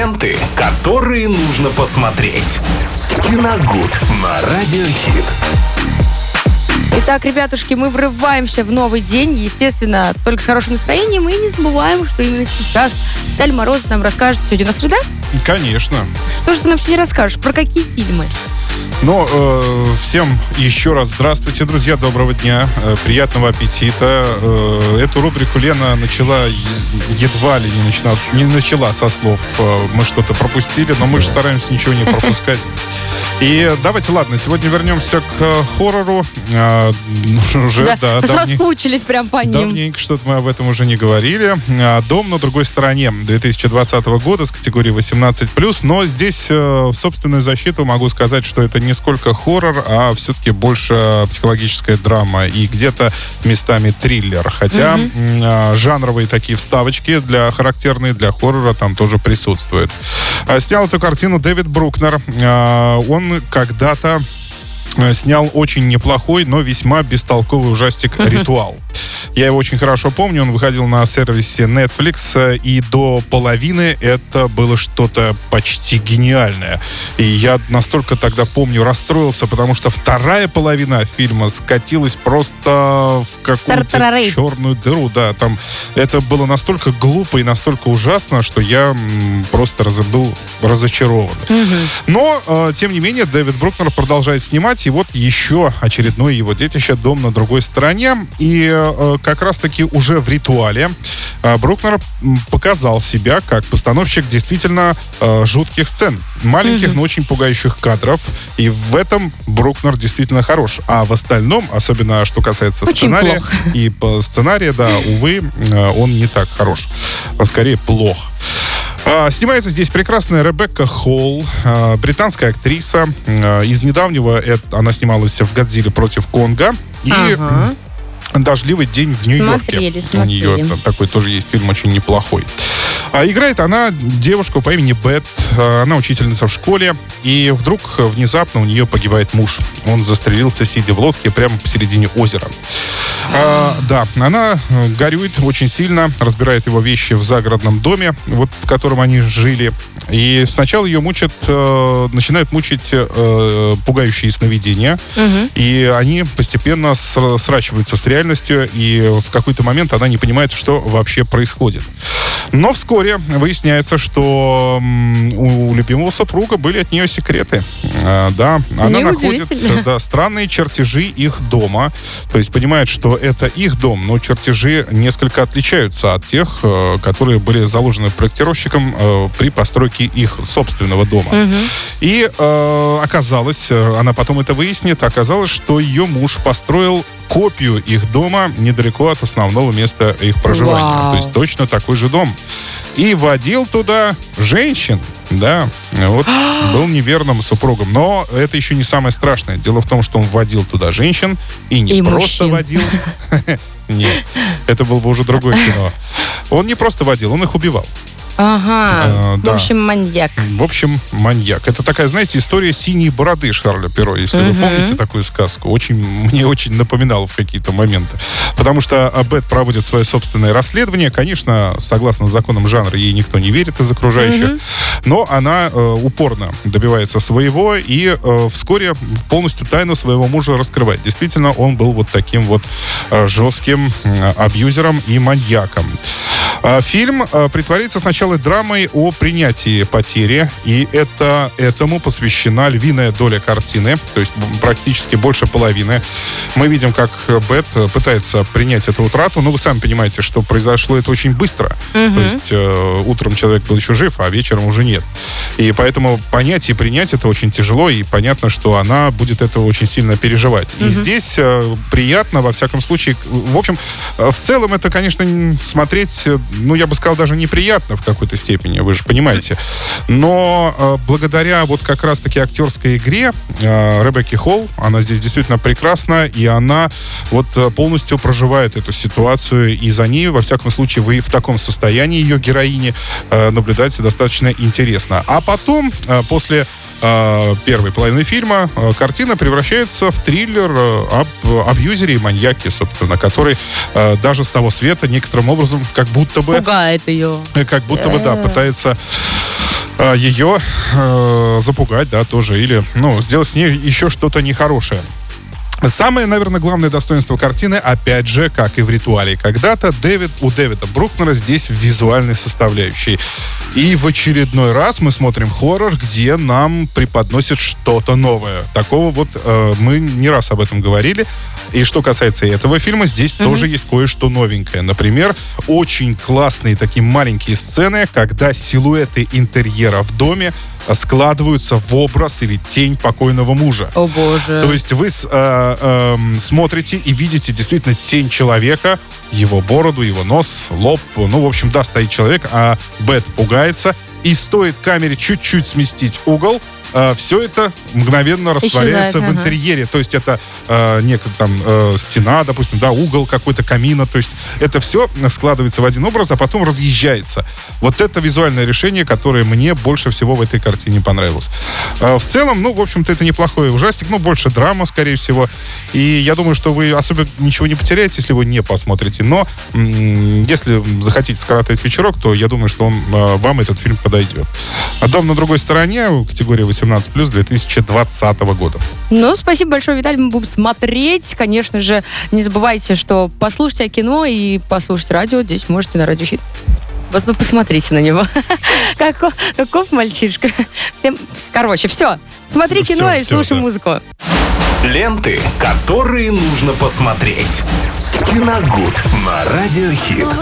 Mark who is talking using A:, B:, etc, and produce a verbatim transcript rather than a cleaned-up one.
A: ленты, которые нужно посмотреть. Киногуд на Радиохит.
B: Итак, ребятушки, мы врываемся в новый день, естественно, только с хорошим настроением, и не забываем, что именно сейчас Виталий Морозов нам расскажет. Сегодня у нас среда?
C: Конечно.
B: Что же ты нам сегодня расскажешь? Про какие фильмы?
C: Ну, э, всем еще раз здравствуйте, друзья, доброго дня, э, приятного аппетита. Э, эту рубрику Лена начала едва ли не начала, не начала со слов э, «мы что-то пропустили», но мы же стараемся ничего не пропускать. И давайте, ладно, сегодня вернемся к хоррору. А, уже, да,
B: да, соскучились прям по ним.
C: Давненько что-то мы об этом уже не говорили. А, «Дом на другой стороне» две тысячи двадцатого года с категории восемнадцать плюс. Но здесь в собственную защиту могу сказать, что это не сколько хоррор, а все-таки больше психологическая драма и где-то местами триллер. Хотя mm-hmm. жанровые такие вставочки для, характерные для хоррора там тоже присутствуют. А, снял эту картину Дэвид Брукнер. А, он когда-то снял очень неплохой, но весьма бестолковый ужастик «Ритуал». Я его очень хорошо помню. Он выходил на сервисе Netflix, и до половины это было что-то почти гениальное. И я настолько тогда, помню, расстроился, потому что вторая половина фильма скатилась просто в какую-то черную дыру. Да, там это было настолько глупо и настолько ужасно, что я просто раз, был разочарован. Угу. Но, э, тем не менее, Дэвид Брукнер продолжает снимать. И вот еще очередное его детище «Дом на другой стороне». И э, как раз-таки уже в «Ритуале» э, Брукнер показал себя как постановщик действительно э, жутких сцен. Маленьких, mm-hmm. но очень пугающих кадров. И в этом Брукнер действительно хорош. А в остальном, особенно что касается очень сценария, плохо. И по сценарию, да, увы, э, он не так хорош. А скорее, плох. А, снимается здесь прекрасная Ребекка Холл, а, британская актриса. А, из недавнего это, она снималась в «Годзилле против Конга». И ага. «Дождливый день в Нью-Йорке».
B: Смотрели,
C: У нее такой тоже есть фильм, очень неплохой. А играет она девушку по имени Бет. Она учительница в школе. И вдруг внезапно у нее погибает муж. Он застрелился, сидя в лодке прямо посередине озера. А, да, она горюет очень сильно, разбирает его вещи в загородном доме, вот, в котором они жили. И сначала ее мучат, э, начинают мучить э, пугающие сновидения. Угу. И они постепенно с, сращиваются с реальностью. И в какой-то момент она не понимает, что вообще происходит. Но вскоре выясняется, что у любимого супруга были от нее секреты. А, да, она находит да, странные чертежи их дома. То есть понимает, что это их дом, но чертежи несколько отличаются от тех, которые были заложены проектировщиком при постройке их собственного дома. Угу. И э, оказалось, она потом это выяснит, оказалось, что ее муж построил копию их дома недалеко от основного места их проживания. Вау. То есть точно такой же дом. И водил туда женщин. Да, вот был неверным супругом. Но это еще не самое страшное. Дело в том, что он водил туда женщин и не
B: и
C: просто
B: мужчин.
C: водил. Нет, это было бы уже другое кино. Он не просто водил, он их убивал.
B: Ага,
C: а,
B: в
C: да.
B: общем, маньяк.
C: В общем, маньяк. Это такая, знаете, история «Синей бороды» Шарля Перро, если uh-huh. вы помните такую сказку. Очень, мне очень напоминало в какие-то моменты. Потому что Бет проводит свое собственное расследование. Конечно, согласно законам жанра, ей никто не верит из окружающих. Uh-huh. Но она э, упорно добивается своего и э, вскоре полностью тайну своего мужа раскрывает. Действительно, он был вот таким вот э, жестким э, абьюзером и маньяком. Э, фильм э, притворится сначала драмой о принятии потери, и это, этому посвящена львиная доля картины, то есть практически больше половины. Мы видим, как Бет пытается принять эту утрату, но вы сами понимаете, что произошло это очень быстро. Mm-hmm. То есть э, утром человек был еще жив, а вечером уже нет. И поэтому понять и принять это очень тяжело, и понятно, что она будет этого очень сильно переживать. Mm-hmm. И здесь э, приятно, во всяком случае, в общем, э, в целом это, конечно, смотреть, ну, я бы сказал, даже неприятно в какой-то степени, вы же понимаете. Но э, благодаря вот как раз-таки актерской игре э, Ребекки Холл, она здесь действительно прекрасна, и она вот полностью проживает эту ситуацию, и за ней, во всяком случае, вы в таком состоянии, ее героини, э, наблюдаете достаточно интересно. А потом, э, после э, первой половины фильма, э, картина превращается в триллер э, об абьюзере и маньяке, собственно, который э, даже с того света некоторым образом как будто бы...
B: Пугает ее.
C: Как будто бы, да, пытается ее э, запугать, да, тоже, или, ну, сделать с ней еще что-то нехорошее. Самое, наверное, главное достоинство картины, опять же, как и в «Ритуале». Когда-то Дэвид, у Дэвида Брукнера здесь визуальной составляющей. И в очередной раз мы смотрим хоррор, где нам преподносят что-то новое. Такого вот э, мы не раз об этом говорили. И что касается этого фильма, здесь mm-hmm. тоже есть кое-что новенькое. Например, очень классные такие маленькие сцены, когда силуэты интерьера в доме складываются в образ или тень покойного мужа.
B: О, боже.
C: То есть вы э, э, смотрите и видите действительно тень человека, его бороду, его нос, лоб. Ну, в общем, да, стоит человек, а Бет пугается. И стоит камере чуть-чуть сместить угол, э, все это мгновенно растворяется
B: Исчезает,
C: в
B: ага.
C: интерьере. То есть это э, некая там э, стена, допустим, да, угол какой-то камина. То есть это все складывается в один образ, а потом разъезжается. Вот это визуальное решение, которое мне больше всего в этой картине понравилось. Э, в целом, ну, в общем-то, это неплохой ужастик, ну, больше драма, скорее всего. И я думаю, что вы особо ничего не потеряете, если вы не посмотрите. Но м- если захотите скоротать вечерок, то я думаю, что он, э, вам этот фильм подойдет. А «Дом на другой стороне», категория восемнадцать плюс, две тысячи двадцатого года.
B: Ну, спасибо большое, Виталий. Мы будем смотреть. Конечно же, не забывайте, что послушайте о кино и послушать радио здесь можете на Радио Хит. Вот вы посмотрите на него. Каков, каков мальчишка. Всем... Короче, все. Смотри
C: Все,
B: кино и
C: все,
B: слушай
C: да.
B: музыку.
A: Ленты, которые нужно посмотреть. Киногуд на Радио Хит.